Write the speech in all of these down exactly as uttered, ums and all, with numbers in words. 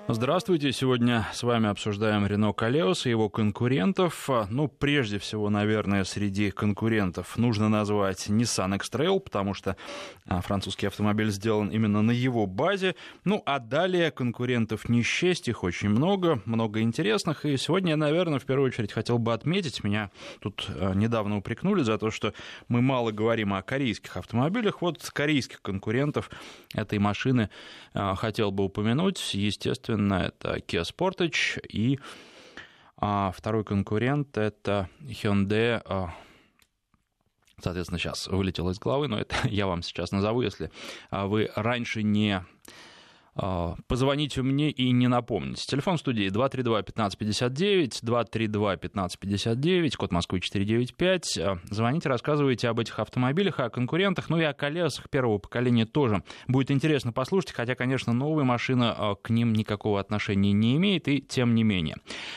Здравствуйте. Сегодня с вами обсуждаем Renault Koleos и его конкурентов. Ну, прежде всего, наверное, среди конкурентов нужно назвать Nissan X-Trail, потому что французский автомобиль сделан именно на его базе. Ну, а далее конкурентов не счесть, их очень много, много интересных. И сегодня я, наверное, в первую очередь хотел бы отметить, меня тут недавно упрекнули за то, что мы мало говорим о корейских автомобилях. Вот корейских конкурентов этой машины хотел бы упомянуть, естественно, это Kia Sportage, и а, второй конкурент это Hyundai, а, соответственно, сейчас вылетело из головы, но это я вам сейчас назову, если а, вы раньше не а, позвоните мне и не напомните. Телефон студии два три два пятнадцать пятьдесят девять, два три два пятнадцать пятьдесят девять, код Москвы четыреста девяносто пять. Звоните, рассказывайте об этих автомобилях, о конкурентах, ну и о колесах первого поколения тоже. Будет интересно послушать, хотя, конечно, новая машина к ним никакого отношения не имеет, и тем не менее.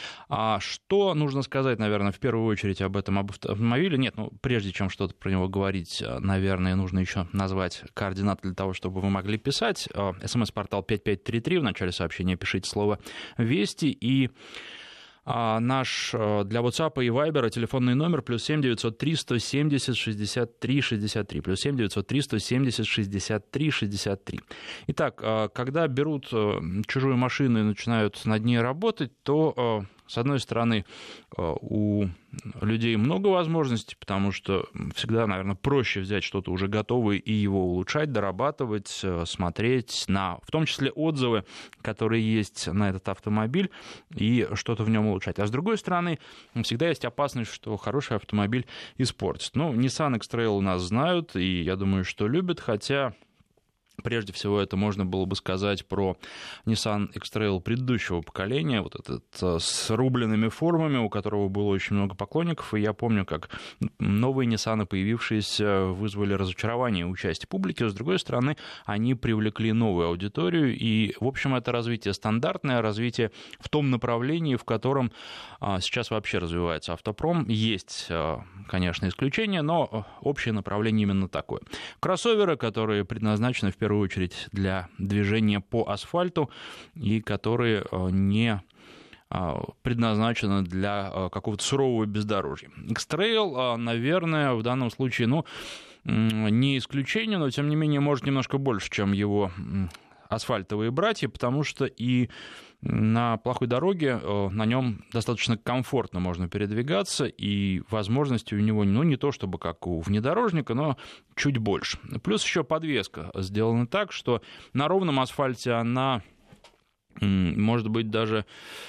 А что нужно сказать, наверное, в первую очередь об этом автомобиле? Нет, ну, прежде чем что-то про него говорить, наверное, нужно еще назвать координаты для того, чтобы вы могли писать. СМС-портал пять пять три три, в начале сообщения пишите слово «Вести», и а наш для WhatsApp и Viber телефонный номер плюс семь девятьсот три сто семьдесят шестьдесят три шестьдесят три, плюс семь девятьсот три сто семьдесят шестьдесят три шестьдесят три. Итак, когда берут чужую машину и начинают над ней работать, то, с одной стороны, у людей много возможностей, потому что всегда, наверное, проще взять что-то уже готовое и его улучшать, дорабатывать, смотреть на, в том числе, отзывы, которые есть на этот автомобиль, и что-то в нем улучшать. А с другой стороны, всегда есть опасность, что хороший автомобиль испортит. Ну, Nissan X-Trail у нас знают, и я думаю, что любят, хотя... Прежде всего, это можно было бы сказать про Nissan X-Trail предыдущего поколения, вот этот с рубленными формами, у которого было очень много поклонников, и я помню, как новые Nissan, появившиеся, вызвали разочарование у части публики. С другой стороны, они привлекли новую аудиторию, и, в общем, это развитие стандартное, развитие в том направлении, в котором сейчас вообще развивается автопром. Есть, конечно, исключения, но общее направление именно такое. Кроссоверы, которые предназначены в первую очередь для движения по асфальту и которые не предназначены для какого-то сурового бездорожья. X-Trail, наверное, в данном случае, ну, не исключение, но, тем не менее, может немножко больше, чем его асфальтовые братья, потому что и на плохой дороге на нем достаточно комфортно можно передвигаться, и возможности у него, ну, не то чтобы как у внедорожника, но чуть больше. Плюс еще подвеска сделана так, что на ровном асфальте она, может быть, даже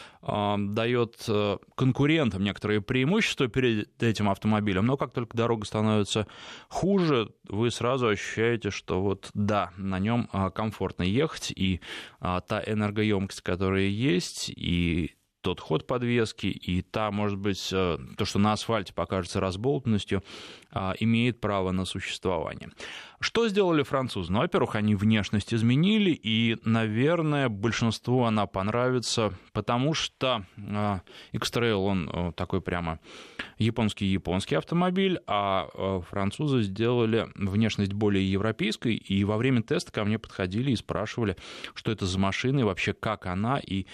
дает конкурентам некоторые преимущества перед этим автомобилем, но как только дорога становится хуже, вы сразу ощущаете, что вот да, на нем комфортно ехать, и та энергоемкость, которая есть, и тот ход подвески, и та, может быть, то, что на асфальте покажется разболтанностью, имеет право на существование. Что сделали французы? Ну, во-первых, они внешность изменили, и, наверное, большинству она понравится, потому что X-Trail, он такой прямо японский-японский автомобиль, а французы сделали внешность более европейской, и во время теста ко мне подходили и спрашивали, что это за машина, и вообще как она, и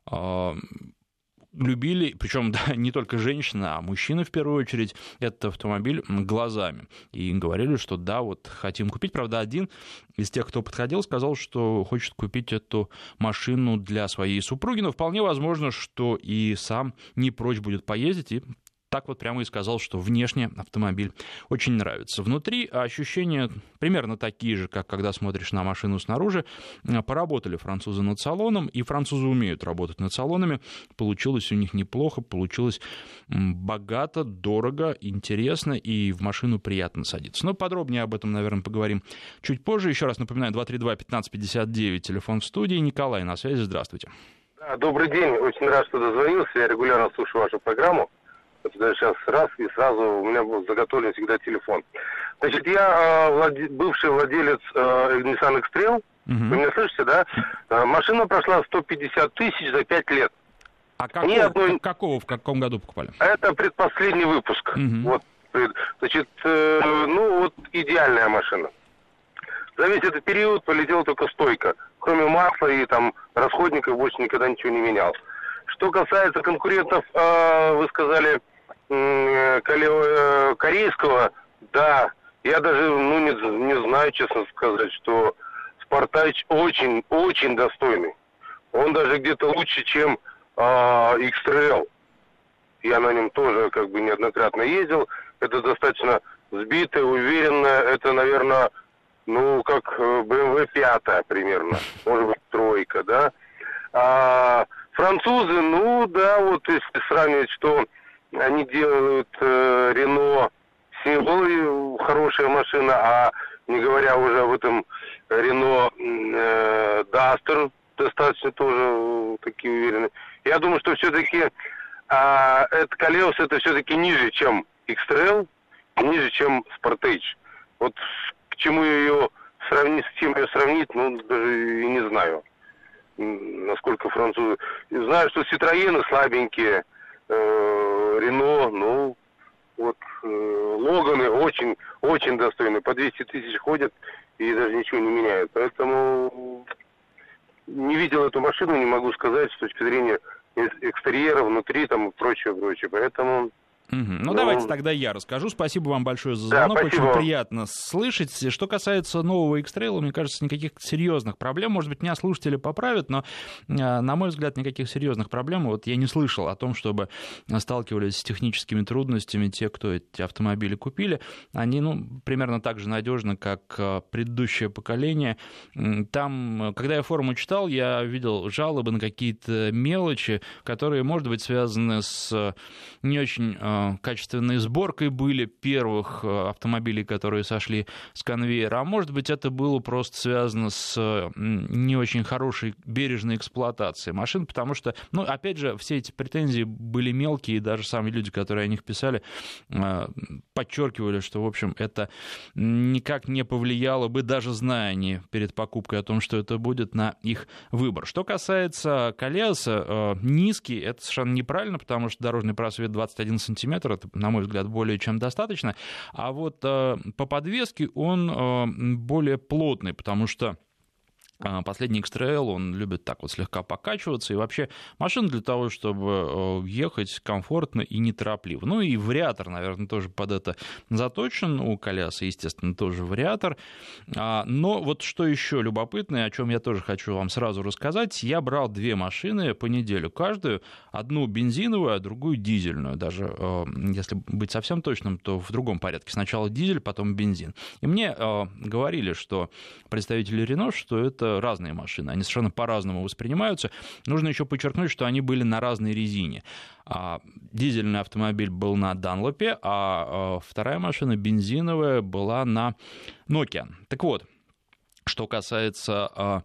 любили, причем да, не только женщины, а мужчины в первую очередь, этот автомобиль глазами. И говорили, что да, вот хотим купить. Правда, один из тех, кто подходил, сказал, что хочет купить эту машину для своей супруги, но вполне возможно, что и сам не прочь будет поездить, и так вот прямо и сказал, что внешне автомобиль очень нравится. Внутри ощущения примерно такие же, как когда смотришь на машину снаружи. Поработали французы над салоном, и французы умеют работать над салонами. Получилось у них неплохо, получилось богато, дорого, интересно, и в машину приятно садиться. Но подробнее об этом, наверное, поговорим чуть позже. Еще раз напоминаю, два три два пятнадцать пятьдесят девять, телефон в студии. Николай на связи, здравствуйте. Добрый день, очень рад, что дозвонился. Я регулярно слушаю вашу программу. Вот сейчас раз, и сразу у меня был заготовлен всегда телефон. Значит, я э, владе... бывший владелец э, Nissan X-Trail. Uh-huh. Вы меня слышите, да? Э, машина прошла сто пятьдесят тысяч за пять лет. А какого, одной... какого, в каком году покупали? Это предпоследний выпуск. Uh-huh. Вот, значит, э, ну вот идеальная машина. За весь этот период полетела только стойка. Кроме масла и там расходников больше никогда ничего не менял. Что касается конкурентов, вы сказали, корейского, да, я даже ну, не, не знаю, честно сказать, что Спартач очень, очень достойный. Он даже где-то лучше, чем икс три эл. Я на нем тоже как бы неоднократно ездил. Это достаточно сбитое, уверенное. Это, наверное, ну, как бэ эм вэ пять примерно. Может быть, тройка, да. А французы, ну, да, вот если сравнивать, что они делают э, Рено Символ, хорошая машина, а не говоря уже об этом Рено э, Дастер, достаточно тоже такие уверенные. Я думаю, что все-таки а, этот Калеос это все-таки ниже, чем икс три эл, ниже, чем Sportage. Вот к чему ее сравнить, с чем ее сравнить, ну, даже и не знаю, насколько французы. Знаю, что Citroёны слабенькие, э, Рено, ну, вот, э, Логаны очень, очень достойны. По двести тысяч ходят и даже ничего не меняют. Поэтому не видел эту машину, не могу сказать с точки зрения экстерьера, внутри там и прочее, прочее. Поэтому... Угу. Ну, ну, давайте тогда я расскажу. Спасибо вам большое за звонок. Да, очень приятно слышать. Что касается нового икс три эл, мне кажется, никаких серьезных проблем. Может быть, меня слушатели поправят, но, на мой взгляд, никаких серьезных проблем. Вот я не слышал о том, чтобы сталкивались с техническими трудностями те, кто эти автомобили купили. Они, ну, примерно так же надежны, как предыдущее поколение. Там, когда я форумы читал, я видел жалобы на какие-то мелочи, которые, может быть, связаны с не очень качественной сборкой были первых автомобилей, которые сошли с конвейера, а может быть, это было просто связано с не очень хорошей бережной эксплуатацией машин, потому что, ну, опять же, все эти претензии были мелкие, и даже сами люди, которые о них писали, подчеркивали, что, в общем, это никак не повлияло бы, даже зная они перед покупкой о том, что это будет, на их выбор. Что касается Калеоса, низкий, это совершенно неправильно, потому что дорожный просвет двадцать один сантиметр, это, на мой взгляд, более чем достаточно. А вот э, по подвеске он э, более плотный, потому что последний икс три эл, он любит так вот слегка покачиваться, и вообще машина для того, чтобы ехать комфортно и неторопливо. Ну и вариатор, наверное, тоже под это заточен, у Калеоса, естественно, тоже вариатор. Но вот что еще любопытное, о чем я тоже хочу вам сразу рассказать, я брал две машины по неделю каждую, одну бензиновую, а другую дизельную, даже если быть совсем точным, то в другом порядке, сначала дизель, потом бензин. И мне говорили, что представители Renault, что это разные машины, они совершенно по-разному воспринимаются. Нужно еще подчеркнуть, что они были на разной резине. Дизельный автомобиль был на Данлопе, а вторая машина, бензиновая, была на Nokian. Так вот, что касается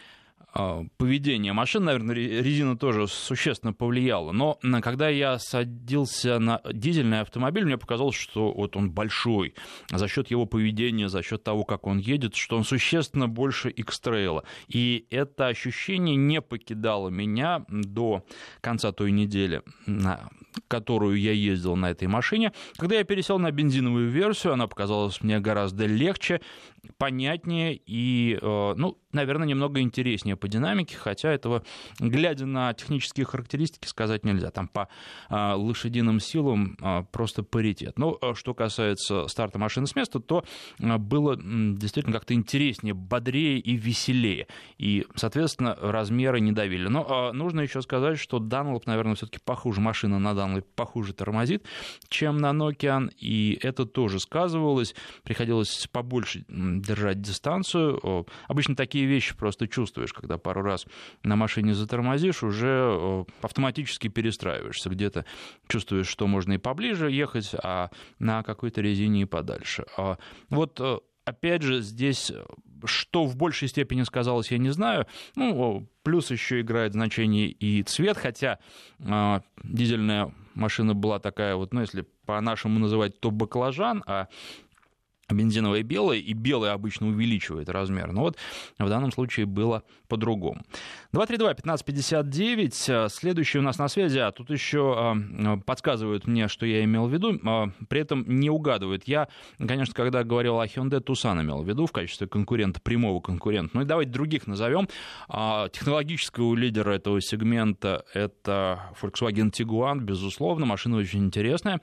поведение машин, наверное, резина тоже существенно повлияла. Но когда я садился на дизельный автомобиль, мне показалось, что вот он большой. За счет его поведения, за счет того, как он едет, что он существенно больше икс три эл. И это ощущение не покидало меня до конца той недели, на которую я ездил на этой машине. Когда я пересел на бензиновую версию, она показалась мне гораздо легче, понятнее и, ну, наверное, немного интереснее по динамике, хотя этого, глядя на технические характеристики, сказать нельзя. Там по а, лошадиным силам а, просто паритет. Но что касается старта машины с места, то а, было м, действительно как-то интереснее, бодрее и веселее. И, соответственно, размеры не давили. Но а, нужно еще сказать, что Dunlop, наверное, все-таки похуже, машина на Dunlop похуже тормозит, чем на Nokian, и это тоже сказывалось. Приходилось побольше держать дистанцию. Обычно такие вещи просто чувствуешь, когда пару раз на машине затормозишь, уже автоматически перестраиваешься. Где-то чувствуешь, что можно и поближе ехать, а на какой-то резине и подальше. Вот опять же, здесь что в большей степени сказалось, я не знаю. Ну, плюс еще играет значение и цвет, хотя э, дизельная машина была такая вот, ну, если по-нашему называть, то баклажан, а бензиновое белое, и белое обычно увеличивает размер. Но вот в данном случае было по-другому. два три два пятнадцать пятьдесят девять. Следующий у нас на связи. А тут еще подсказывают мне, что я имел в виду, при этом не угадывают. Я, конечно, когда говорил о Hyundai Tucson, имел в виду в качестве конкурента, прямого конкурента. Ну и давайте других назовем. Технологического лидера этого сегмента — это Volkswagen Tiguan, безусловно. Машина очень интересная.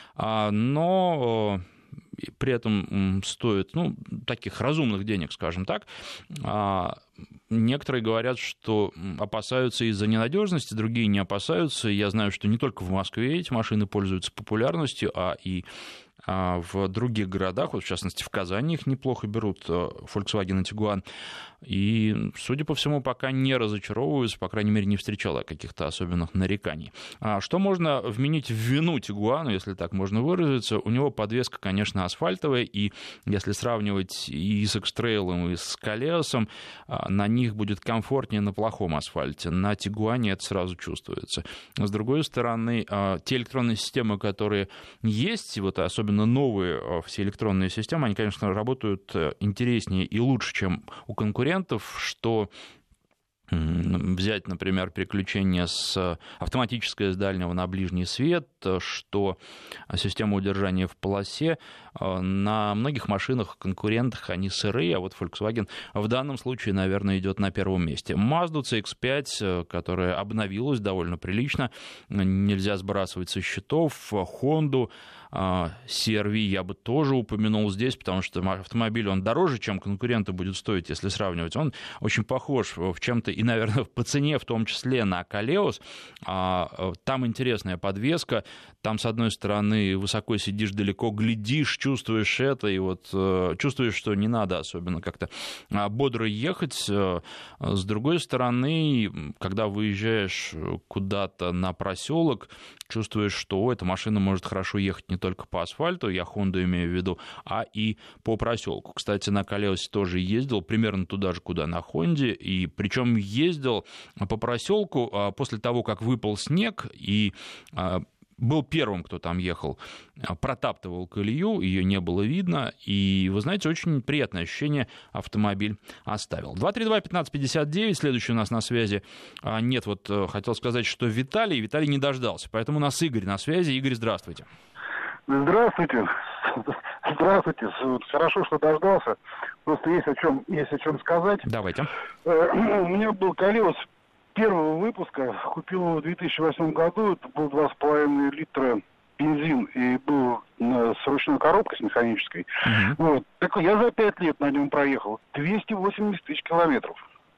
Но при этом стоит, ну, таких разумных денег, скажем так. Некоторые говорят, что опасаются из-за ненадежности, другие не опасаются. Я знаю, что не только в Москве эти машины пользуются популярностью, а и в других городах, вот в частности в Казани их неплохо берут, Volkswagen Tiguan. И, судя по всему, пока не разочаровываются, по крайней мере, не встречала каких-то особенных нареканий. А что можно вменить в вину Тигуану, если так можно выразиться? У него подвеска, конечно, асфальтовая, и если сравнивать и с X-Trail, и с Колеосом, на них будет комфортнее на плохом асфальте. На Тигуане это сразу чувствуется. С другой стороны, те электронные системы, которые есть, вот особенно новые все электронные системы, они, конечно, работают интереснее и лучше, чем у конкурентов, что взять, например, переключение с автоматическое с дальнего на ближний свет, что система удержания в полосе. На многих машинах, конкурентах они сырые, а вот Volkswagen в данном случае, наверное, идет на первом месте. Mazda си икс пять, которая обновилась довольно прилично, нельзя сбрасывать со счетов. Honda си ар ви я бы тоже упомянул здесь, потому что автомобиль, он дороже, чем конкуренты будет стоить, если сравнивать. Он очень похож в чем-то и, наверное, по цене в том числе на Колеос. Там интересная подвеска, там, с одной стороны, высоко сидишь, далеко глядишь, чувствуешь это, и вот чувствуешь, что не надо особенно как-то бодро ехать. С другой стороны, когда выезжаешь куда-то на проселок, чувствуешь, что о, эта машина может хорошо ехать не только по асфальту, я Honda имею в виду, а и по проселку. Кстати, на Колеосе тоже ездил, примерно туда же, куда на Хонде, и причем ездил по проселку после того, как выпал снег, и был первым, кто там ехал, протаптывал колею, ее не было видно, и, вы знаете, очень приятное ощущение автомобиль оставил. два три два пятнадцать пятьдесят девять, следующий у нас на связи. Нет, вот хотел сказать, что Виталий, Виталий не дождался, поэтому у нас Игорь на связи. Игорь, здравствуйте. Здравствуйте. Здравствуйте. Хорошо, что дождался. Просто есть о чем, есть о чем сказать. Давайте. У меня был Колеос первого выпуска, купил его в две тысячи восьмом году, это был два с половиной литра бензин, и был с ручной коробкой, с механической. Uh-huh. Вот. Так я за пять лет на нем проехал двести восемьдесят тысяч километров.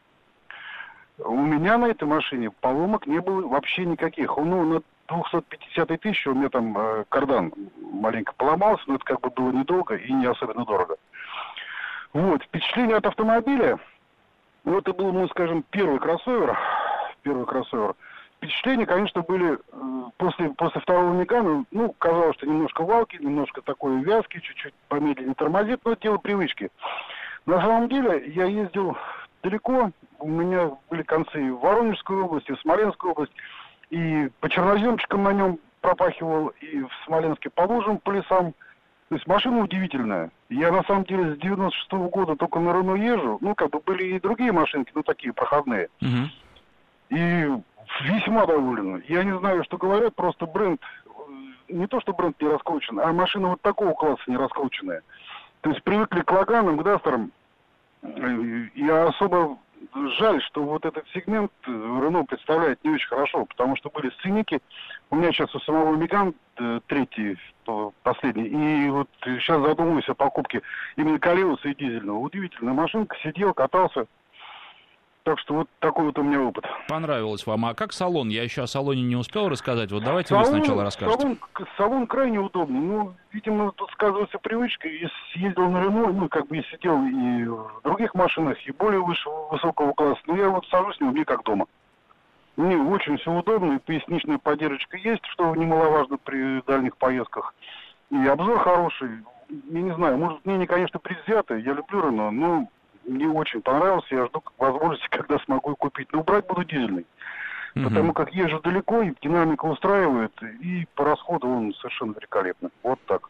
У меня на этой машине поломок не было вообще никаких. Ну, на двести пятьдесят тысяч у меня там э, кардан маленько поломался, но это как бы было недолго и не особенно дорого. Вот, впечатление от автомобиля, ну, это был, ну, скажем, первый кроссовер, первый кроссовер. Впечатления, конечно, были э, после, после второго Мегана, ну, казалось, что немножко валки, немножко такой вязкий, чуть-чуть помедленнее тормозит, но это дело привычки. На самом деле, я ездил далеко, у меня были концы в Воронежской области, в Смоленской области, и по черноземчикам на нем пропахивал, и в Смоленске по лужам, по лесам. То есть машина удивительная. Я, на самом деле, с девяносто шестого года только на Рено езжу. Ну, как бы были и другие машинки, но такие проходные. Uh-huh. И весьма доволен. Я не знаю, что говорят, просто бренд, не то, что бренд не раскручен, а машина вот такого класса не раскрученная. То есть привыкли к Логанам, к Дастерам. И особо жаль, что вот этот сегмент Рено представляет не очень хорошо, потому что были сценики. У меня сейчас у самого Меган третий, последний, и вот сейчас задумываюсь о покупке именно Колеоса и дизельного. Удивительная машинка, сидел, катался. Так что вот такой вот у меня опыт. Понравилось вам. А как салон? Я еще о салоне не успел рассказать. Вот давайте салон, вы сначала расскажете. Салон, салон крайне удобный. Ну, видимо, тут сказывается привычка. Я съездил на Рено, ну, как бы я сидел и в других машинах, и более высокого, высокого класса. Но я вот сажусь в него, мне как дома. Мне очень все удобно, и поясничная поддержка есть, что немаловажно при дальних поездках. И обзор хороший. Я не знаю, может, мнение, конечно, предвзятое. Я люблю Рено, но мне очень понравился, я жду возможности, когда смогу купить. Но брать буду дизельный. Uh-huh. Потому как езжу далеко, и динамика устраивает, и по расходу он совершенно великолепный. Вот так.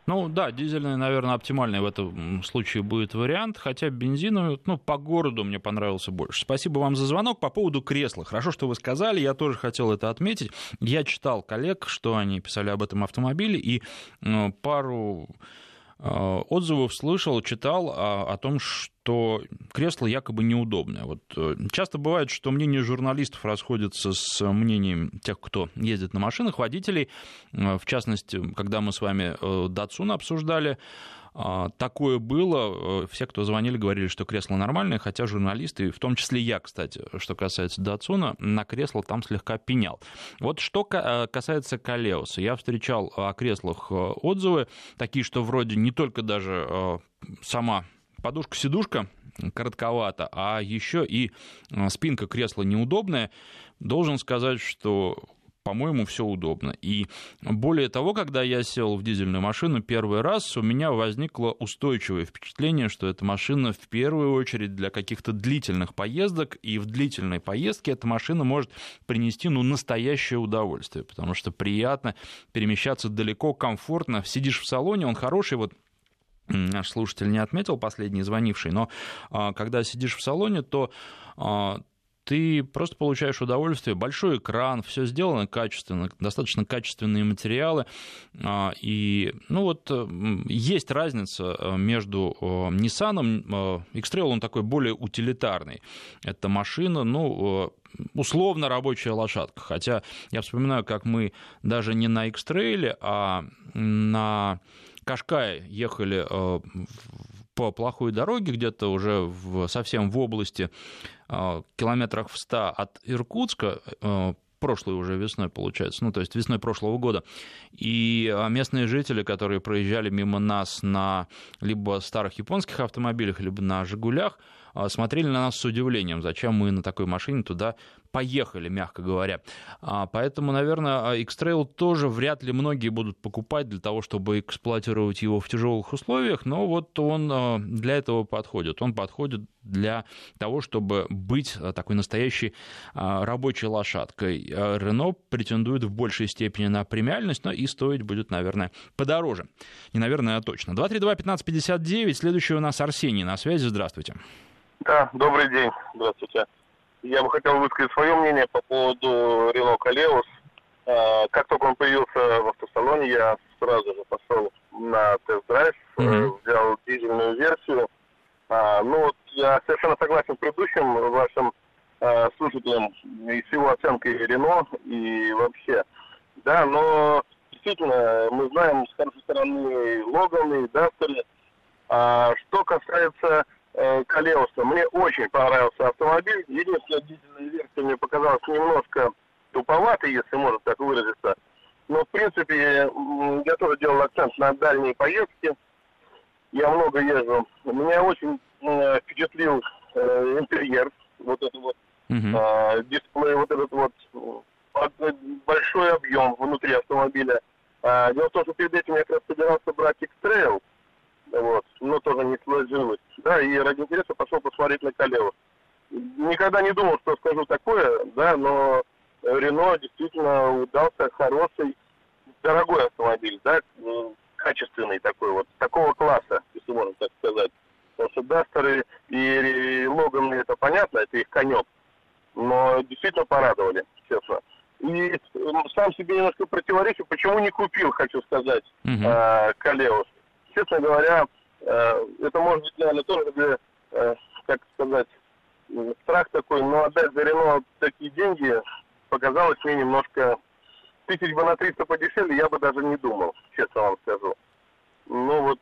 Ну да, дизельный, наверное, оптимальный в этом случае будет вариант, хотя бензиновый, ну, по городу мне понравился больше. Спасибо вам за звонок. По поводу кресла. Хорошо, что вы сказали, я тоже хотел это отметить. Я читал коллег, что они писали об этом автомобиле, и ну, пару отзывов слышал, читал о, о том, что кресло якобы неудобное. Вот часто бывает, что мнения журналистов расходятся с мнением тех, кто ездит на машинах, водителей. В частности, когда мы с вами Datsun обсуждали, такое было. Все, кто звонили, говорили, что кресло нормальное, хотя журналисты, в том числе я, кстати, что касается Datsun, на кресло там слегка пенял. Вот что касается Koleos. Я встречал о креслах отзывы, такие, что вроде не только даже сама подушка-сидушка коротковата, а еще и спинка кресла неудобная. Должен сказать, что... по-моему, все удобно. И более того, когда я сел в дизельную машину первый раз, у меня возникло устойчивое впечатление, что эта машина в первую очередь для каких-то длительных поездок, и в длительной поездке эта машина может принести, ну, настоящее удовольствие, потому что приятно перемещаться далеко, комфортно, сидишь в салоне, он хороший, вот наш слушатель не отметил, последний звонивший, но а, когда сидишь в салоне, то... А, ты просто получаешь удовольствие, большой экран, все сделано качественно, достаточно качественные материалы, и, ну вот, есть разница между Nissan, X-Trail, он такой более утилитарный, это машина, ну, условно рабочая лошадка, хотя я вспоминаю, как мы даже не на X-Trail, а на Кашкае ехали по плохой дороге, где-то уже в, совсем в области, километрах в ста от Иркутска, прошлой уже весной, получается, ну, то есть весной прошлого года, и местные жители, которые проезжали мимо нас на либо старых японских автомобилях, либо на «Жигулях», смотрели на нас с удивлением, зачем мы на такой машине туда поехали, мягко говоря. Поэтому, наверное, X-Trail тоже вряд ли многие будут покупать для того, чтобы эксплуатировать его в тяжелых условиях, но вот он для этого подходит. Он подходит для того, чтобы быть такой настоящей рабочей лошадкой. Renault претендует в большей степени на премиальность, но и стоить будет, наверное, подороже. Не наверное, а точно. два три два пятнадцать пятьдесят девять. Следующий у нас Арсений на связи. Здравствуйте. Да, добрый день. Здравствуйте. Я бы хотел высказать свое мнение по поводу Renault Koleos. Как только он появился в автосалоне, я сразу же пошел на тест-драйв, mm-hmm. взял дизельную версию. Ну вот я совершенно согласен с предыдущим вашим слушателем и с его оценкой Renault и вообще. Да, но действительно мы знаем с хорошей стороны Логаны, Дастеры. Что касается Koleos, мне очень понравился автомобиль. Единственная дизельная версия мне показалась немножко туповатой, если можно так выразиться. Но, в принципе, я тоже делал акцент на дальние поездки. Я много езжу. Меня очень э, впечатлил э, интерьер. Вот это вот uh-huh. э, дисплей, вот этот вот э, большой объем внутри автомобиля. Э, дело в том, что перед этим я как раз собирался брать X-Trail. Вот, но тоже не сложилось. Да, и ради интереса пошел посмотреть на Koleos. Никогда не думал, что скажу такое, да, но Renault действительно удался хороший, дорогой автомобиль, да, качественный такой вот, такого класса, если можно так сказать. Потому что Дастеры и Логаны, это понятно, это их конек, но действительно порадовали, честно. И сам себе немножко противоречу, почему не купил, хочу сказать, uh-huh. Koleos. Честно говоря, это может быть, наверное, тоже, как сказать, страх такой, но отдать за Renault такие деньги показалось мне немножко... Тысяч бы на триста подешевле, я бы даже не думал, честно вам скажу. Ну вот,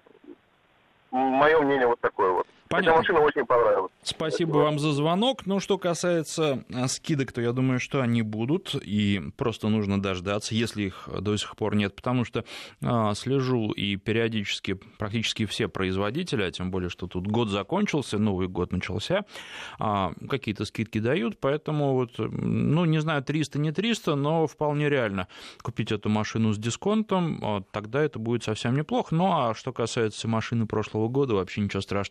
мое мнение вот такое вот. Понятно. Эта машина очень понравилась. Спасибо вам за звонок. Ну, что касается скидок, то я думаю, что они будут, и просто нужно дождаться, если их до сих пор нет, потому что а, слежу и периодически практически все производители, а тем более, что тут год закончился, Новый год начался, а, какие-то скидки дают, поэтому вот, ну, не знаю, триста, не триста, но вполне реально купить эту машину с дисконтом, а, тогда это будет совсем неплохо. Ну, а что касается машины прошлого года, вообще ничего страшного в этом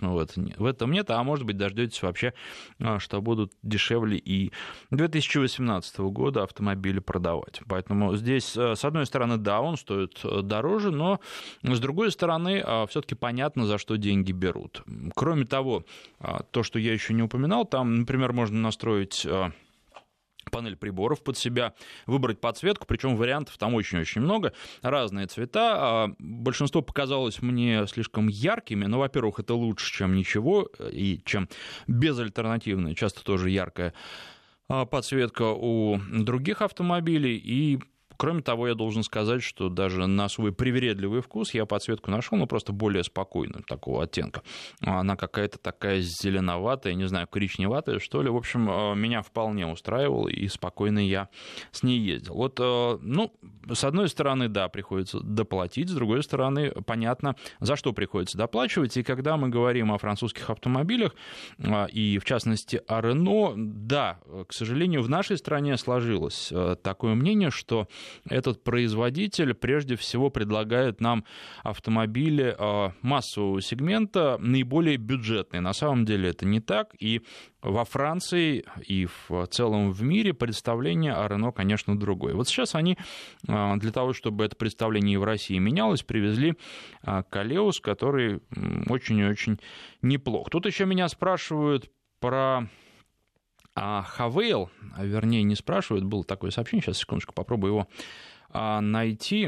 нет, в этом нет, а может быть, дождетесь вообще, что будут дешевле и две тысячи восемнадцатого года автомобили продавать. Поэтому здесь, с одной стороны, да, он стоит дороже, но с другой стороны, все-таки понятно, за что деньги берут. Кроме того, то, что я еще не упоминал, там, например, можно настроить панель приборов под себя, выбрать подсветку, причем вариантов там очень-очень много, разные цвета. Большинство показалось мне слишком яркими, но, во-первых, это лучше, чем ничего, и чем безальтернативная, часто тоже яркая подсветка у других автомобилей, и кроме того, я должен сказать, что даже на свой привередливый вкус я подсветку нашел, но просто более спокойную, такого оттенка. Она какая-то такая зеленоватая, не знаю, коричневатая, что ли. В общем, меня вполне устраивало, и спокойно я с ней ездил. Вот, ну, с одной стороны, да, приходится доплатить, с другой стороны, понятно, за что приходится доплачивать. И когда мы говорим о французских автомобилях, и в частности о Рено, да, к сожалению, в нашей стране сложилось такое мнение, что этот производитель прежде всего предлагает нам автомобили массового сегмента, наиболее бюджетные. На самом деле это не так, и во Франции и в целом в мире представление о Рено, конечно, другое. Вот сейчас они для того, чтобы это представление и в России менялось, привезли Колеус, который очень и очень неплох. Тут еще меня спрашивают про А Хавейл, а вернее не спрашивают, было такое сообщение, сейчас, секундочку, попробую его а, найти.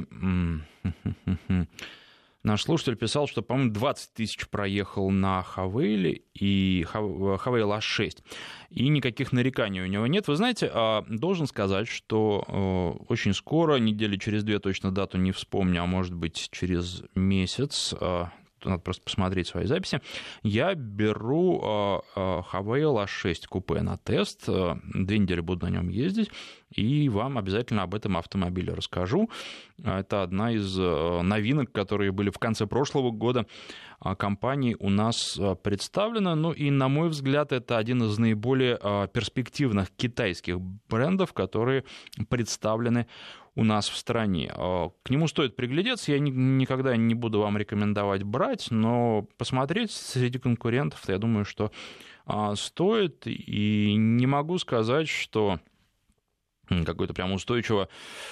Наш слушатель писал, что, по-моему, двадцать тысяч проехал на Хавейле и Хавейл а шесть, и никаких нареканий у него нет. Вы знаете, должен сказать, что очень скоро, недели через две, точно дату не вспомню, а может быть через месяц, надо просто посмотреть свои записи, я беру Хавейл а шесть купе на тест, две недели буду на нем ездить, и вам обязательно об этом автомобиле расскажу. Это одна из новинок, которые были в конце прошлого года компании у нас представлена. Ну и, на мой взгляд, это один из наиболее перспективных китайских брендов, которые представлены у нас в стране. К нему стоит приглядеться, я никогда не буду вам рекомендовать брать, но посмотреть среди конкурентов, я думаю, что стоит, и не могу сказать, что какое-то прям устойчиво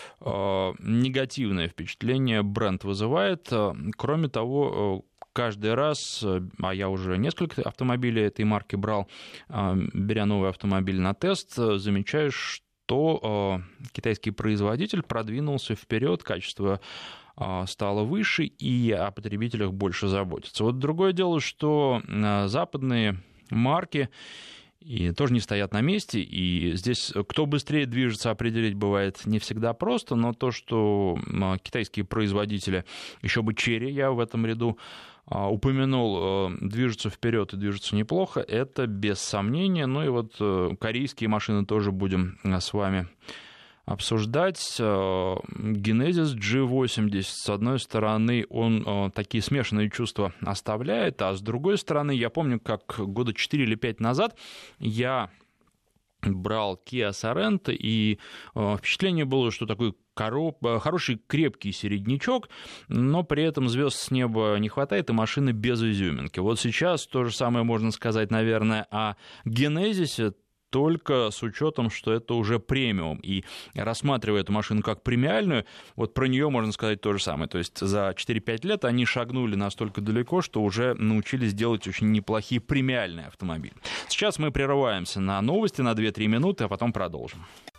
негативное впечатление бренд вызывает. Кроме того, каждый раз, а я уже несколько автомобилей этой марки брал, беря новый автомобиль на тест, замечаю, что то китайский производитель продвинулся вперед, качество стало выше, и о потребителях больше заботятся. Вот другое дело, что западные марки и тоже не стоят на месте, и здесь кто быстрее движется, определить бывает не всегда просто, но то, что китайские производители, еще бы Chery я в этом ряду упомянул, движутся вперед и движутся неплохо, это без сомнения. Ну и вот корейские машины тоже будем с вами обсуждать. Genesis джи восемьдесят, с одной стороны, он такие смешанные чувства оставляет, а с другой стороны, я помню, как года четыре или пять назад я брал Kia Sorento, и впечатление было, что такой короб... хороший крепкий середнячок, но при этом звезд с неба не хватает, и машины без изюминки. Вот сейчас то же самое можно сказать, наверное, о Genesis, только с учетом, что это уже премиум. И рассматривая эту машину как премиальную, вот про нее можно сказать то же самое. То есть за четыре-пять лет они шагнули настолько далеко, что уже научились делать очень неплохие премиальные автомобили. Сейчас мы прерываемся на новости на две-три минуты, а потом продолжим.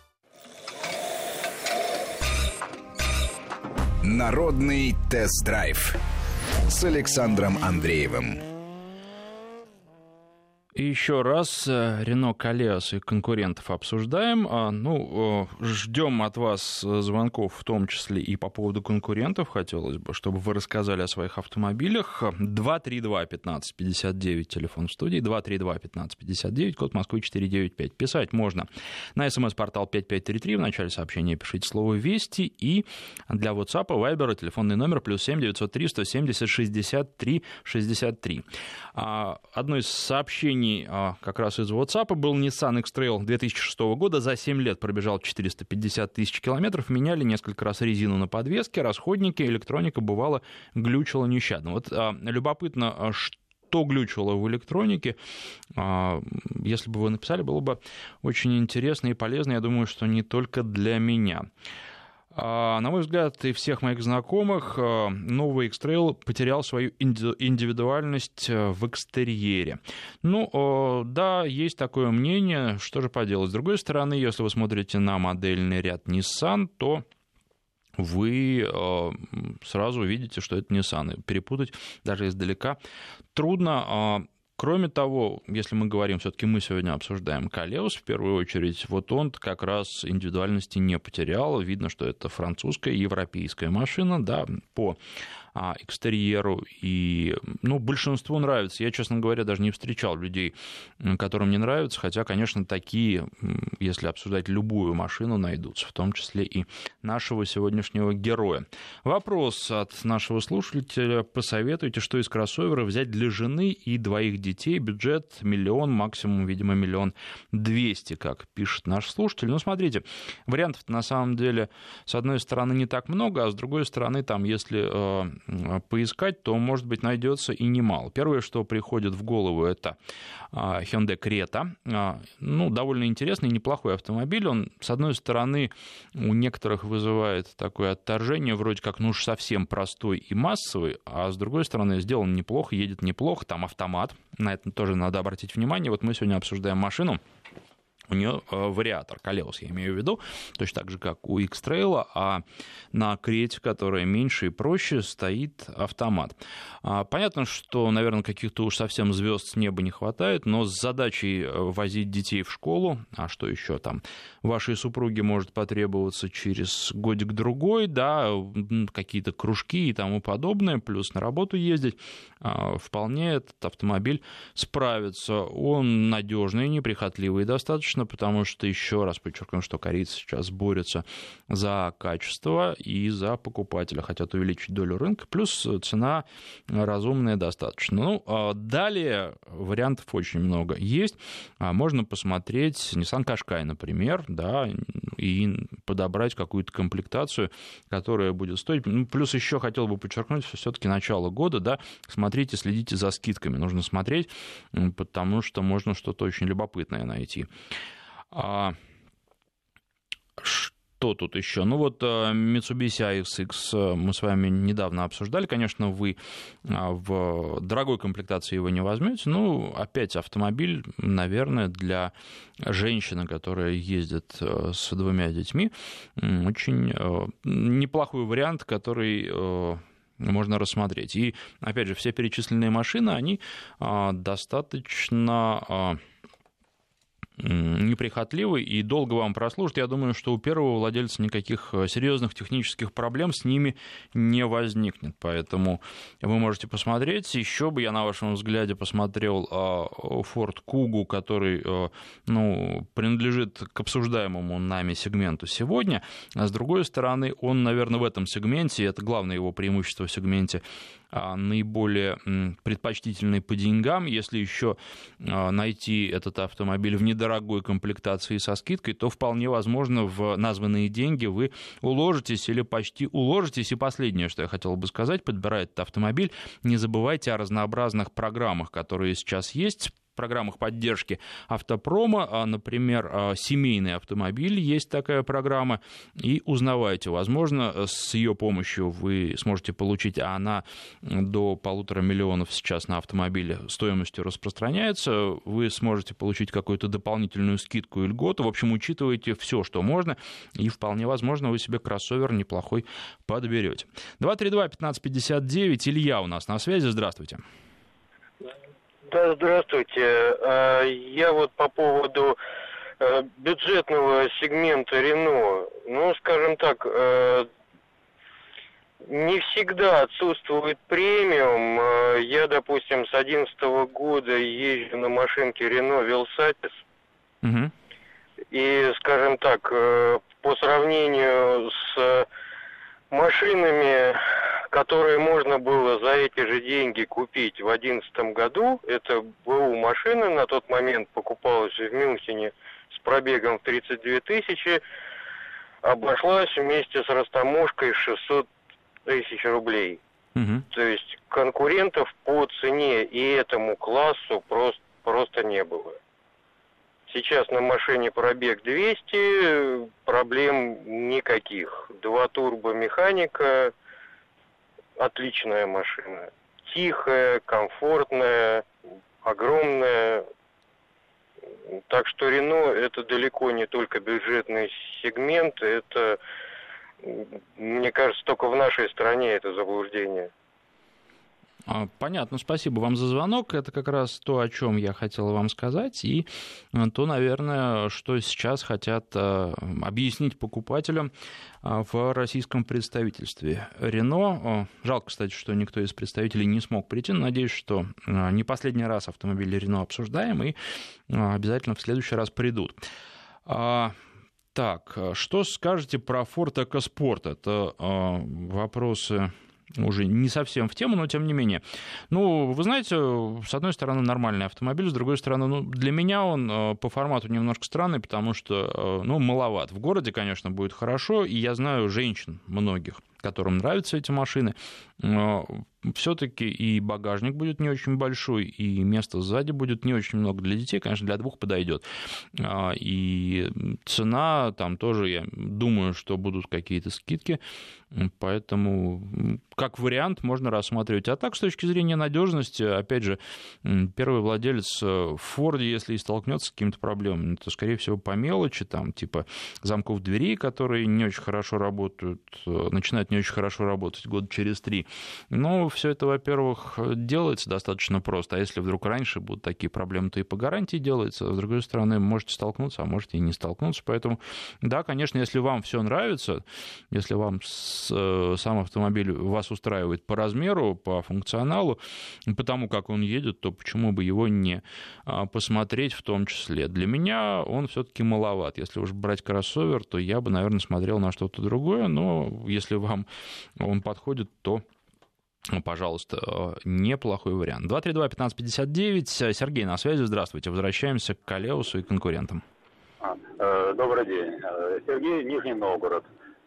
Народный тест-драйв с Александром Андреевым. И еще раз Рено Колеус и конкурентов обсуждаем. Ну, ждем от вас звонков, в том числе и по поводу конкурентов. Хотелось бы, чтобы вы рассказали о своих автомобилях. два три два пятнадцать пятьдесят девять, телефон в студии, два три два пятнадцать пятьдесят девять, код Москвы четыреста девяносто пять. Писать можно на смс-портал пять пять три три, в начале сообщения пишите слово «Вести», и для WhatsApp, Viber, телефонный номер плюс семь девятьсот три сто семьдесят шестьдесят три шестьдесят три. Одно из сообщений как раз из WhatsApp был Nissan X-Trail две тысячи шестого года, за семь лет пробежал четыреста пятьдесят тысяч километров, меняли несколько раз резину на подвеске, расходники, электроника бывало глючила нещадно. Вот любопытно, что что глючило в электронике. Если бы вы написали, было бы очень интересно и полезно, я думаю, что не только для меня. На мой взгляд, и всех моих знакомых, новый X-Trail потерял свою индивидуальность в экстерьере. Ну, да, есть такое мнение, что же поделать. С другой стороны, если вы смотрите на модельный ряд Nissan, то вы сразу увидите, что это Nissan. Перепутать даже издалека трудно. Кроме того, если мы говорим, все-таки мы сегодня обсуждаем Koleos, в первую очередь, вот он как раз индивидуальности не потерял. Видно, что это французская, европейская машина, да, по экстерьеру, и, ну, большинству нравится. Я, честно говоря, даже не встречал людей, которым не нравится, хотя, конечно, такие, если обсуждать любую машину, найдутся, в том числе и нашего сегодняшнего героя. Вопрос от нашего слушателя. Посоветуйте, что из кроссовера взять для жены и двоих детей, бюджет миллион, максимум, видимо, миллион двести, как пишет наш слушатель. Ну, смотрите, вариантов на самом деле, с одной стороны, не так много, а с другой стороны, там, если поискать, то, может быть, найдется и немало. Первое, что приходит в голову, это Hyundai Creta. Ну, довольно интересный, неплохой автомобиль. Он, с одной стороны, у некоторых вызывает такое отторжение, вроде как, ну уж совсем простой и массовый, а с другой стороны, сделан неплохо, едет неплохо, там автомат. На это тоже надо обратить внимание. Вот мы сегодня обсуждаем машину. У нее вариатор, Koleos, я имею в виду, точно так же, как у X-Trail, а на Крете, которая меньше и проще, стоит автомат. Понятно, что, наверное, каких-то уж совсем звезд с неба не хватает, но с задачей возить детей в школу, а что еще там, вашей супруге может потребоваться через годик-другой, да, какие-то кружки и тому подобное, плюс на работу ездить, вполне этот автомобиль справится. Он надежный, неприхотливый достаточно, потому что, еще раз подчеркну, что корейцы сейчас борются за качество и за покупателя, хотят увеличить долю рынка, плюс цена разумная достаточно. Ну, далее вариантов очень много есть. Можно посмотреть Nissan Qashqai, например, да, и подобрать какую-то комплектацию, которая будет стоить. Ну, плюс еще хотел бы подчеркнуть, что все-таки начало года, да, смотрите, следите за скидками. Нужно смотреть, потому что можно что-то очень любопытное найти. А что тут еще? Ну вот Mitsubishi эй икс икс мы с вами недавно обсуждали. Конечно, вы в дорогой комплектации его не возьмете. Ну, опять автомобиль, наверное, для женщины, которая ездит с двумя детьми, очень неплохой вариант, который можно рассмотреть. И, опять же, все перечисленные машины, они достаточно неприхотливый и долго вам прослужит. Я думаю, что у первого владельца никаких серьезных технических проблем с ними не возникнет. Поэтому вы можете посмотреть. Еще бы я на вашем взгляде посмотрел Ford Kuga, который, ну, принадлежит к обсуждаемому нами сегменту сегодня. А с другой стороны, он, наверное, в этом сегменте, это главное его преимущество в сегменте, наиболее предпочтительный по деньгам. Если еще найти этот автомобиль в недорогой комплектации со скидкой, то вполне возможно в названные деньги вы уложитесь или почти уложитесь. И последнее, что я хотел бы сказать, подбирая этот автомобиль, не забывайте о разнообразных программах, которые сейчас есть, программах поддержки автопрома, например, семейный автомобиль, есть такая программа, и узнавайте, возможно, с ее помощью вы сможете получить, а она до полутора миллионов сейчас на автомобиле стоимостью распространяется, вы сможете получить какую-то дополнительную скидку и льготу, в общем, учитывайте все, что можно, и вполне возможно, вы себе кроссовер неплохой подберете. два три два пятнадцать пятьдесят девять, Илья у нас на связи, здравствуйте. Да, здравствуйте. Я вот по поводу бюджетного сегмента Renault, ну, скажем так, не всегда отсутствует премиум. Я, допустим, с две тысячи одиннадцатого года езжу на машинке Renault Velsatis. Угу. И, скажем так, по сравнению с машинами, которые можно было за эти же деньги купить в две тысячи одиннадцатом году, это БУ машина, на тот момент покупалась в Мюнхене с пробегом в тридцать две тысячи, обошлась вместе с растаможкой шестьсот тысяч рублей. Угу. То есть конкурентов по цене и этому классу просто, просто не было. Сейчас на машине пробег двести, проблем никаких. Два турбомеханика, отличная машина. Тихая, комфортная, огромная. Так что Рено это далеко не только бюджетный сегмент, это, мне кажется, только в нашей стране это заблуждение. Понятно, спасибо вам за звонок. Это как раз то, о чем я хотел вам сказать, и то, наверное, что сейчас хотят объяснить покупателям в российском представительстве. Рено, жалко, кстати, что никто из представителей не смог прийти, но надеюсь, что не последний раз автомобили Рено обсуждаем, и обязательно в следующий раз придут. Так, что скажете про Ford EcoSport? Это вопросы... уже не совсем в тему, но тем не менее. Ну, вы знаете, с одной стороны, нормальный автомобиль, с другой стороны, ну, для меня он по формату немножко странный, потому что, ну, маловат. В городе, конечно, будет хорошо, и я знаю женщин многих, которым нравятся эти машины, но все-таки и багажник будет не очень большой, и места сзади будет не очень много для детей, конечно, для двух подойдет. И цена там тоже, я думаю, что будут какие-то скидки, поэтому как вариант можно рассматривать. А так, с точки зрения надежности, опять же, первый владелец в Форде, если и столкнется с какими-то проблемами, то, скорее всего, по мелочи, там, типа замков дверей, которые не очень хорошо работают, начинают не очень хорошо работать года через три. Но все это, во-первых, делается достаточно просто, а если вдруг раньше будут такие проблемы, то и по гарантии делается, с другой стороны, можете столкнуться, а можете и не столкнуться, поэтому, да, конечно, если вам все нравится, если вам сам автомобиль вас устраивает по размеру, по функционалу, по тому, как он едет, то почему бы его не посмотреть в том числе. Для меня он все-таки маловат. Если уж брать кроссовер, то я бы, наверное, смотрел на что-то другое, но если вам он подходит, то, пожалуйста, неплохой вариант. два три два пятнадцать пятьдесят девять. Сергей на связи. Здравствуйте. Возвращаемся к Колеусу и конкурентам. Добрый день. Сергей, Нижний Новгород.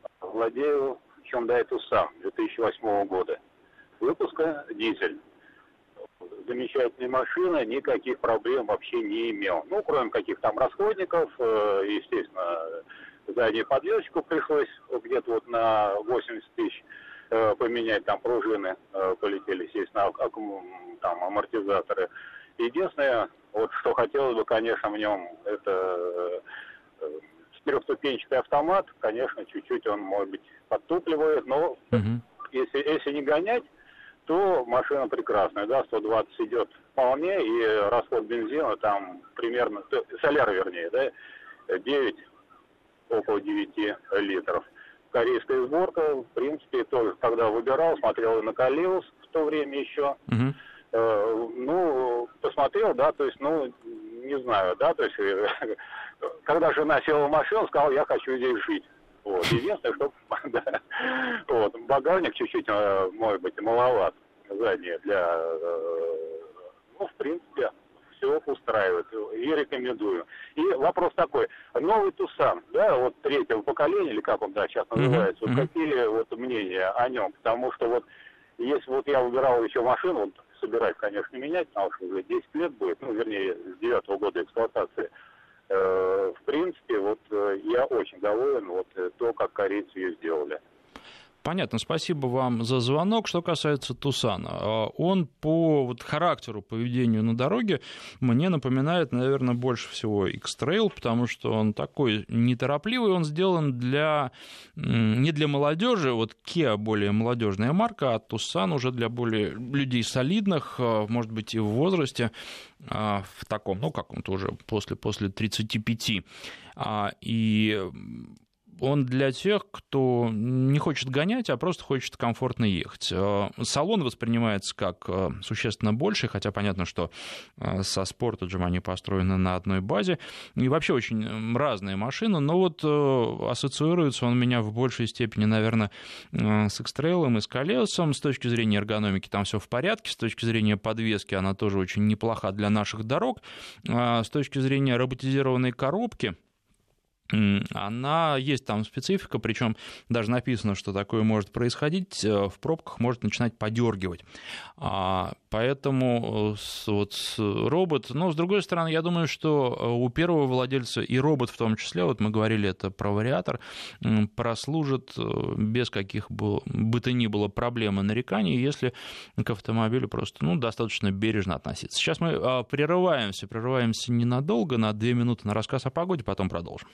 Владею Hyundai Tucson две тысячи восьмого года. Выпуска дизель. Замечательная машина, никаких проблем вообще не имел. Ну, кроме каких там расходников, естественно, заднюю подвеску пришлось где-то вот на восемьдесят тысяч поменять, там пружины полетели, естественно, там амортизаторы. Единственное, вот что хотелось бы, конечно, в нем, это четырехступенчатый автомат, конечно, чуть-чуть он, может быть, подтупливает, но uh-huh. если, если не гонять, то машина прекрасная, да, сто двадцать идет вполне, и расход бензина там примерно, соляр вернее, да, девять, около девяти литров. Корейская сборка, в принципе, тоже, когда выбирал, смотрел на Колеус в то время еще, uh-huh. э, ну, посмотрел, да, то есть, ну, не знаю, да, то есть, когда жена села в машину, сказал, я хочу здесь жить. Вот. Единственное, что да, вот, багажник чуть-чуть, может быть, маловат задний для, ну, в принципе, все устраивает и рекомендую. И вопрос такой, новый Tucson, да, вот третьего поколения, или как он, да, сейчас называется, mm-hmm. вот какие вот мнения о нем, потому что вот, если вот я выбирал еще машину, вот, собираюсь, конечно, менять, потому что уже десять лет будет, ну, вернее, с девятого года эксплуатации. В принципе, вот я очень доволен вот то, как корейцы ее сделали. Понятно, спасибо вам за звонок. Что касается Тусана, он по вот характеру, поведению на дороге мне напоминает, наверное, больше всего X-Trail, потому что он такой неторопливый, он сделан для, не для молодежи, вот Kia более молодежная марка, а Tucson уже для более людей солидных, может быть, и в возрасте, в таком, ну, как он-то уже после, после тридцати пяти. И он для тех, кто не хочет гонять, а просто хочет комфортно ехать. Салон воспринимается как существенно больше, хотя понятно, что со Sportage они построены на одной базе. И вообще очень разные машины, но вот ассоциируется он у меня в большей степени, наверное, с X-Trail и с Колесом. С точки зрения эргономики там все в порядке, с точки зрения подвески она тоже очень неплоха для наших дорог. С точки зрения роботизированной коробки, она есть там специфика, причем даже написано, что такое может происходить, в пробках может начинать подергивать. Поэтому вот робот, но с другой стороны, я думаю, что у первого владельца и робот в том числе, вот мы говорили, это про вариатор, прослужит без каких бы, бы то ни было проблем и нареканий, если к автомобилю просто ну, достаточно бережно относиться. Сейчас мы прерываемся, прерываемся ненадолго, на две минуты на рассказ о погоде, потом продолжим.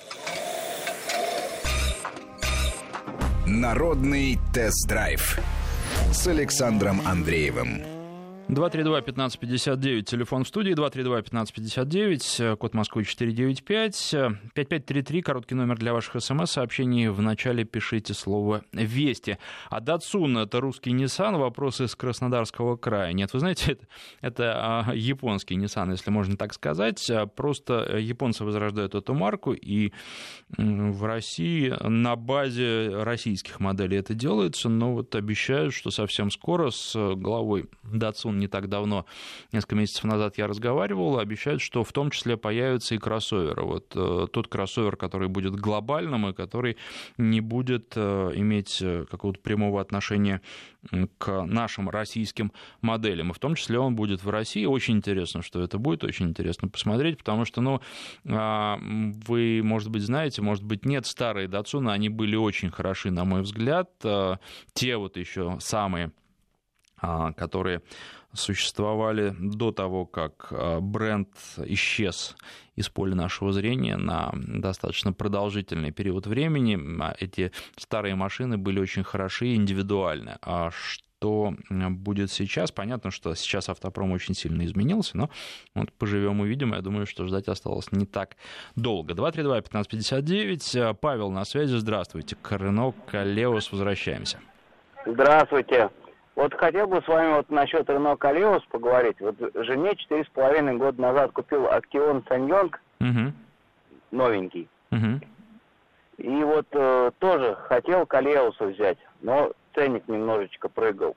Народный тест-драйв с Александром Андреевым. два три два пятнадцать пятьдесят девять, телефон в студии, два три два пятнадцать пятьдесят девять, код Москвы четыреста девяносто пять, пять пять три три, короткий номер для ваших смс-сообщений. В начале пишите слово «Вести». А Datsun — это русский Nissan, вопрос из Краснодарского края. Нет, вы знаете, это, это японский Nissan, если можно так сказать. Просто японцы возрождают эту марку, и в России на базе российских моделей это делается, но вот обещают, что совсем скоро с главой Datsun не так давно, несколько месяцев назад я разговаривал, обещают, что в том числе появятся и кроссоверы. Вот э, тот кроссовер, который будет глобальным и который не будет э, иметь какого-то прямого отношения к нашим российским моделям. И в том числе он будет в России. Очень интересно, что это будет, очень интересно посмотреть, потому что, ну, э, вы, может быть, знаете, может быть, нет, старые Datsun, они были очень хороши, на мой взгляд. Э, те вот еще самые, э, которые существовали до того, как бренд исчез из поля нашего зрения на достаточно продолжительный период времени. Эти старые машины были очень хороши и индивидуальны. А что будет сейчас? Понятно, что сейчас автопром очень сильно изменился, но вот поживем увидим. Я думаю, что ждать осталось не так долго. два три два пятнадцать пятьдесят девять. Павел на связи. Здравствуйте. К Renault Koleos возвращаемся. Здравствуйте. Вот хотел бы с вами вот насчет Renault Koleos поговорить. Вот жене четыре с половиной года назад купил Action Sanyong, угу. новенький. Угу. И вот э, тоже хотел Koleos взять, но ценник немножечко прыгал.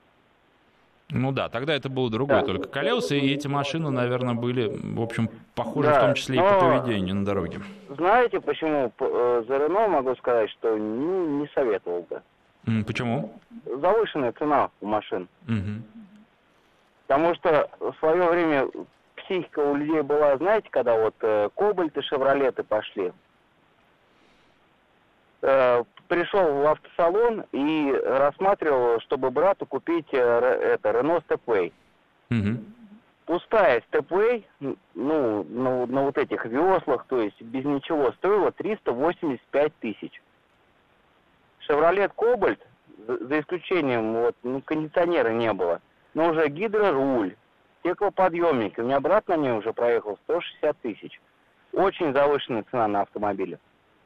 Ну да, тогда это было другое, да. Только Koleos, и эти машины, наверное, были, в общем, похожи да, в том числе и по поведению на дороге. Знаете, почему за Renault могу сказать, что не, не советовал бы. Почему? Завышенная цена у машин. Угу. Потому что в свое время психика у людей была, знаете, когда вот э, Кобальты, Шевролеты пошли. Э, пришел в автосалон и рассматривал, чтобы брату купить э, это, Renault Stepway. Угу. Пустая Stepway, ну, на, на вот этих веслах, то есть без ничего, стоила триста восемьдесят пять тысяч. Шевролет Кобальт, за исключением, вот, ну, кондиционера не было, но уже гидроруль, стеклоподъемники. У меня брат на ней уже проехал сто шестьдесят тысяч. Очень завышенная цена на автомобиле.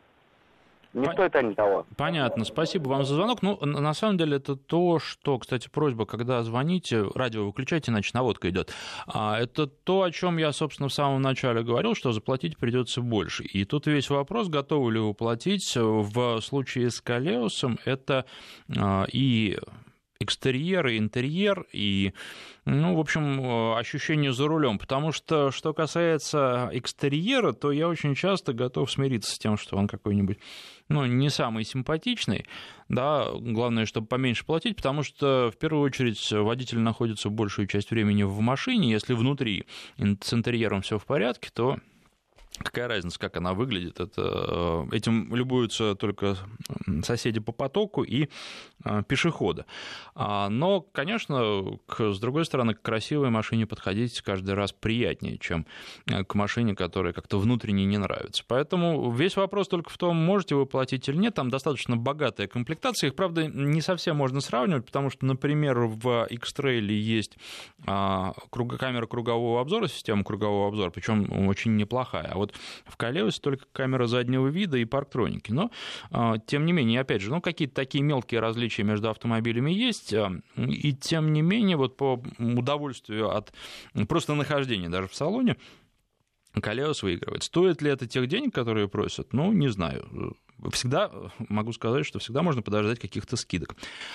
Не Пон... стоит они того. Понятно. Спасибо вам за звонок. Ну, на самом деле, это то, что, кстати, просьба, когда звоните, радио выключайте, иначе наводка идет. Это то, о чем я, собственно, в самом начале говорил, что заплатить придется больше. И тут весь вопрос, готовы ли вы платить. В случае с Koleos это и экстерьер, и интерьер, и, ну, в общем, ощущение за рулем. Потому что, что касается экстерьера, то я очень часто готов смириться с тем, что он какой-нибудь, ну, не самый симпатичный, да, главное, чтобы поменьше платить, потому что, в первую очередь, водитель находится большую часть времени в машине, если внутри с интерьером все в порядке, то какая разница, как она выглядит? Это, этим любуются только соседи по потоку и пешеходы. Но, конечно, к, с другой стороны, к красивой машине подходить каждый раз приятнее, чем к машине, которая как-то внутренне не нравится. Поэтому весь вопрос только в том, можете вы платить или нет. Там достаточно богатая комплектация. Их, правда, не совсем можно сравнивать, потому что, например, в X-Trail есть камера кругового обзора, система кругового обзора, причем очень неплохая. А вот в Koleos только камера заднего вида и парктроники. Но, тем не менее, опять же, ну, какие-то такие мелкие различия между автомобилями есть. И, тем не менее, вот по удовольствию от просто нахождения даже в салоне, Koleos выигрывает. Стоит ли это тех денег, которые просят? Ну, не знаю. всегда, могу сказать, что всегда можно подождать каких-то скидок.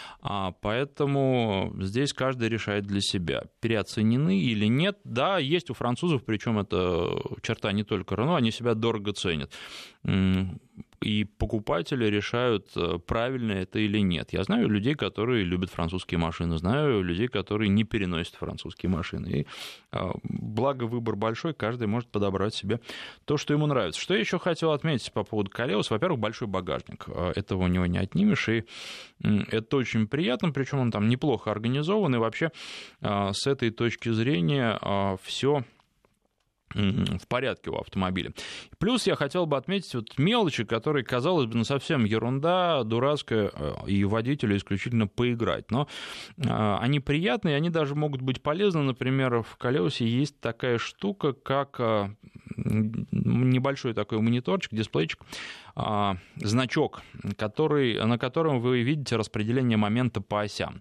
Поэтому здесь каждый решает для себя, переоценены или нет. Да, есть у французов, причем это черта не только Renault, они себя дорого ценят. И покупатели решают, правильно это или нет. Я знаю людей, которые любят французские машины, знаю людей, которые не переносят французские машины. И благо выбор большой, каждый может подобрать себе то, что ему нравится. Что я еще хотел отметить по поводу Koleos? Во-первых, большой багажник. Этого у него не отнимешь, и это очень приятно, причем он там неплохо организован, и вообще с этой точки зрения все в порядке у автомобиля. Плюс я хотел бы отметить вот мелочи, которые, казалось бы, ну, совсем ерунда, дурацкая, и водителю исключительно поиграть. Но они приятные, они даже могут быть полезны. Например, в Koleos есть такая штука, как небольшой такой мониторчик, дисплейчик, значок, который, на котором вы видите распределение момента по осям.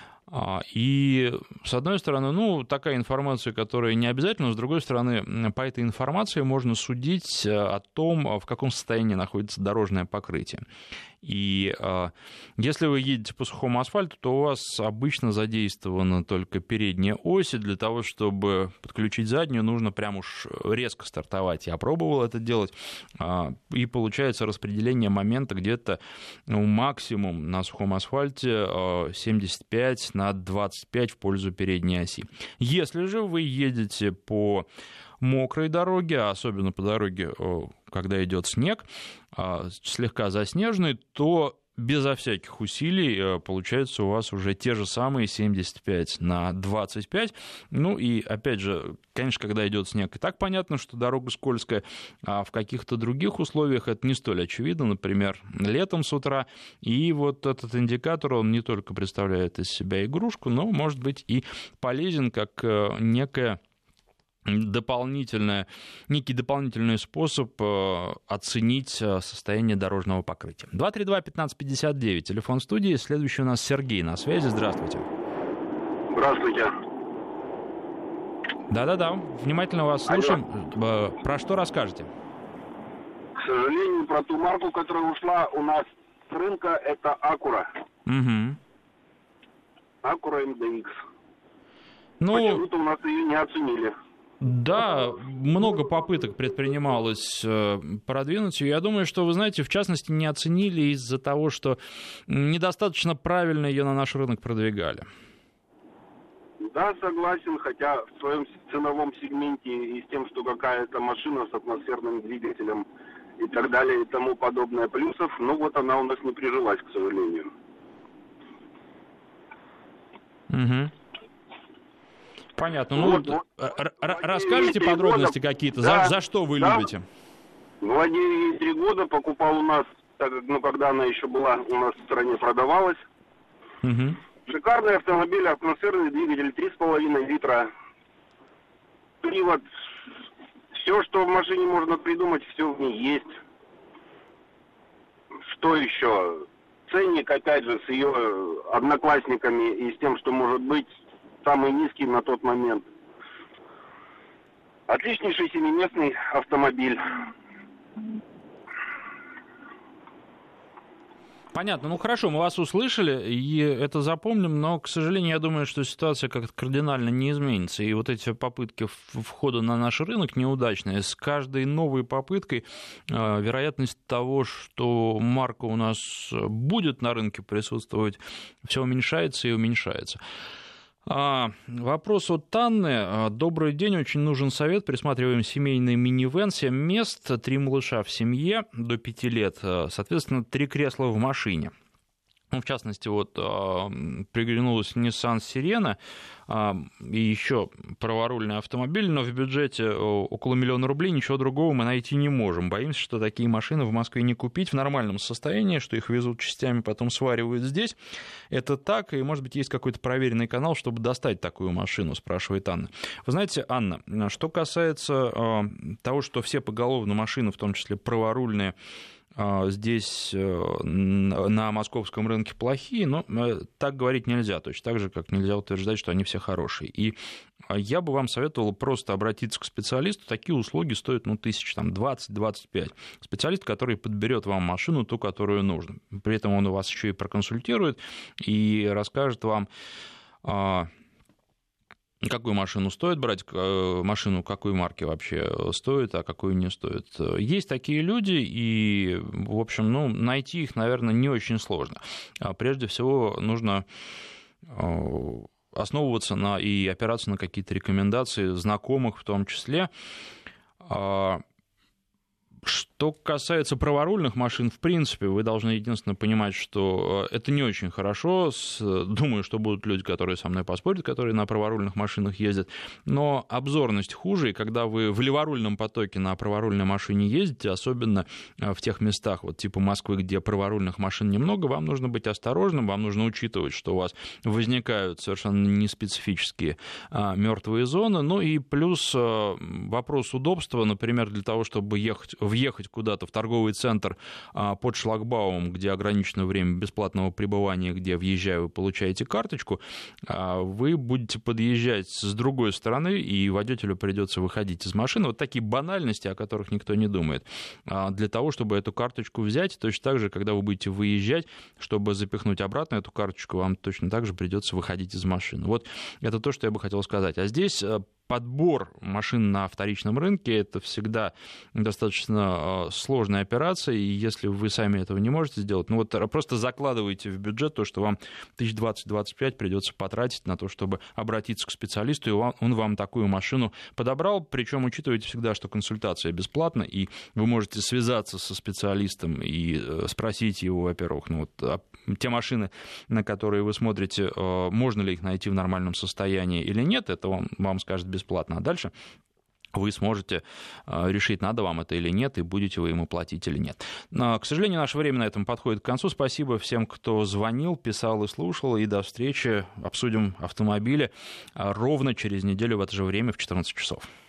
И, с одной стороны, ну, такая информация, которая не обязательна, с другой стороны, по этой информации можно судить о том, в каком состоянии находится дорожное покрытие. И если вы едете по сухому асфальту, то у вас обычно задействована только передняя ось, и для того, чтобы подключить заднюю, нужно прям уж резко стартовать. Я пробовал это делать, и получается распределение момента где-то, ну, максимум на сухом асфальте семьдесят пять на двадцать пять в пользу передней оси. Если же вы едете по мокрой дороге, особенно по дороге, когда идет снег, слегка заснеженный, то безо всяких усилий получается у вас уже те же самые семьдесят пять на двадцать пять. Ну и опять же, конечно, когда идет снег, и так понятно, что дорога скользкая, а в каких-то других условиях это не столь очевидно, например, летом с утра. И вот этот индикатор, он не только представляет из себя игрушку, но может быть и полезен как некая дополнительное, некий дополнительный способ оценить состояние дорожного покрытия. два три два пятнадцать пятьдесят девять, телефон студии. Следующий у нас Сергей на связи. Здравствуйте. Здравствуйте. Да-да-да, внимательно вас слушаем. Алло. Про что расскажете? К сожалению, про ту марку, которая ушла у нас с рынка, это Acura. Угу. Acura эм дэ икс. Ну... Почему-то у нас ее не оценили. Да, много попыток предпринималось продвинуть ее. Я думаю, что, вы знаете, в частности, не оценили из-за того, что недостаточно правильно ее на наш рынок продвигали. Да, согласен, хотя в своем ценовом сегменте и с тем, что какая-то машина с атмосферным двигателем и так далее и тому подобное плюсов, ну вот она у нас не прижилась, к сожалению. Угу. Понятно. Ну, вот, вот, р- р- расскажите подробности года, какие-то, да, за, за что вы да, любите? Владею ей три года, покупал у нас, так как, ну, когда она еще была у нас в стране, продавалась. Угу. Шикарный автомобиль, атмосферный двигатель, три с половиной литра. Привод. Все, что в машине можно придумать, все в ней есть. Что еще? Ценник, опять же, с ее одноклассниками и с тем, что может быть, самый низкий на тот момент. Отличнейший семиместный автомобиль. Понятно. Ну, хорошо, мы вас услышали, и это запомним, но, к сожалению, я думаю, что ситуация как-то кардинально не изменится. И вот эти попытки входа на наш рынок неудачные. С каждой новой попыткой вероятность того, что марка у нас будет на рынке присутствовать, все уменьшается и уменьшается. А, вопрос от Анны. Добрый день, очень нужен совет. Присматриваем семейный минивэн, семь мест, три малыша в семье до пяти лет, соответственно, три кресла в машине. Ну, в частности, вот приглянулась Nissan Sirena и еще праворульный автомобиль, но в бюджете около миллиона рублей ничего другого мы найти не можем. Боимся, что такие машины в Москве не купить в нормальном состоянии, что их везут частями, потом сваривают здесь. Это так, и, может быть, есть какой-то проверенный канал, чтобы достать такую машину, спрашивает Анна. Вы знаете, Анна, что касается того, что все поголовно машины, в том числе праворульные, здесь на московском рынке плохие, но так говорить нельзя, точно так же, как нельзя утверждать, что они все хорошие. И я бы вам советовал просто обратиться к специалисту. Такие услуги стоят, ну, тысяч там двадцать-двадцать пять. Специалист, который подберет вам машину, ту, которую нужно. При этом он вас еще и проконсультирует и расскажет вам, какую машину стоит брать, машину какой марки вообще стоит, а какую не стоит. Есть такие люди, и, в общем, ну, найти их, наверное, не очень сложно. Прежде всего, нужно основываться на и опираться на какие-то рекомендации знакомых в том числе. Что касается праворульных машин, в принципе, вы должны единственное понимать, что это не очень хорошо. Думаю, что будут люди, которые со мной поспорят, которые на праворульных машинах ездят. Но обзорность хуже, и когда вы в леворульном потоке на праворульной машине ездите, особенно в тех местах, вот типа Москвы, где праворульных машин немного, вам нужно быть осторожным, вам нужно учитывать, что у вас возникают совершенно неспецифические мертвые зоны. Ну и плюс вопрос удобства, например, для того, чтобы ехать, въехать куда-то в торговый центр под шлагбаумом, где ограниченное время бесплатного пребывания, где, въезжая, вы получаете карточку, вы будете подъезжать с другой стороны, и водителю придется выходить из машины. Вот такие банальности, о которых никто не думает. Для того, чтобы эту карточку взять, точно так же, когда вы будете выезжать, чтобы запихнуть обратно эту карточку, вам точно так же придется выходить из машины. Вот это то, что я бы хотел сказать. А здесь подбор машин на вторичном рынке – это всегда достаточно сложная операция, и если вы сами этого не можете сделать, ну вот просто закладывайте в бюджет то, что вам тысяч двадцать-двадцать пять придется потратить на то, чтобы обратиться к специалисту, и он вам такую машину подобрал, причем учитывайте всегда, что консультация бесплатна, и вы можете связаться со специалистом и спросить его, во-первых, ну вот, те машины, на которые вы смотрите, можно ли их найти в нормальном состоянии или нет, это он вам скажет бесплатно. Бесплатно. А дальше вы сможете решить, надо вам это или нет, и будете вы ему платить или нет. Но, к сожалению, наше время на этом подходит к концу. Спасибо всем, кто звонил, писал и слушал. И до встречи. Обсудим автомобили ровно через неделю в это же время в четырнадцать часов.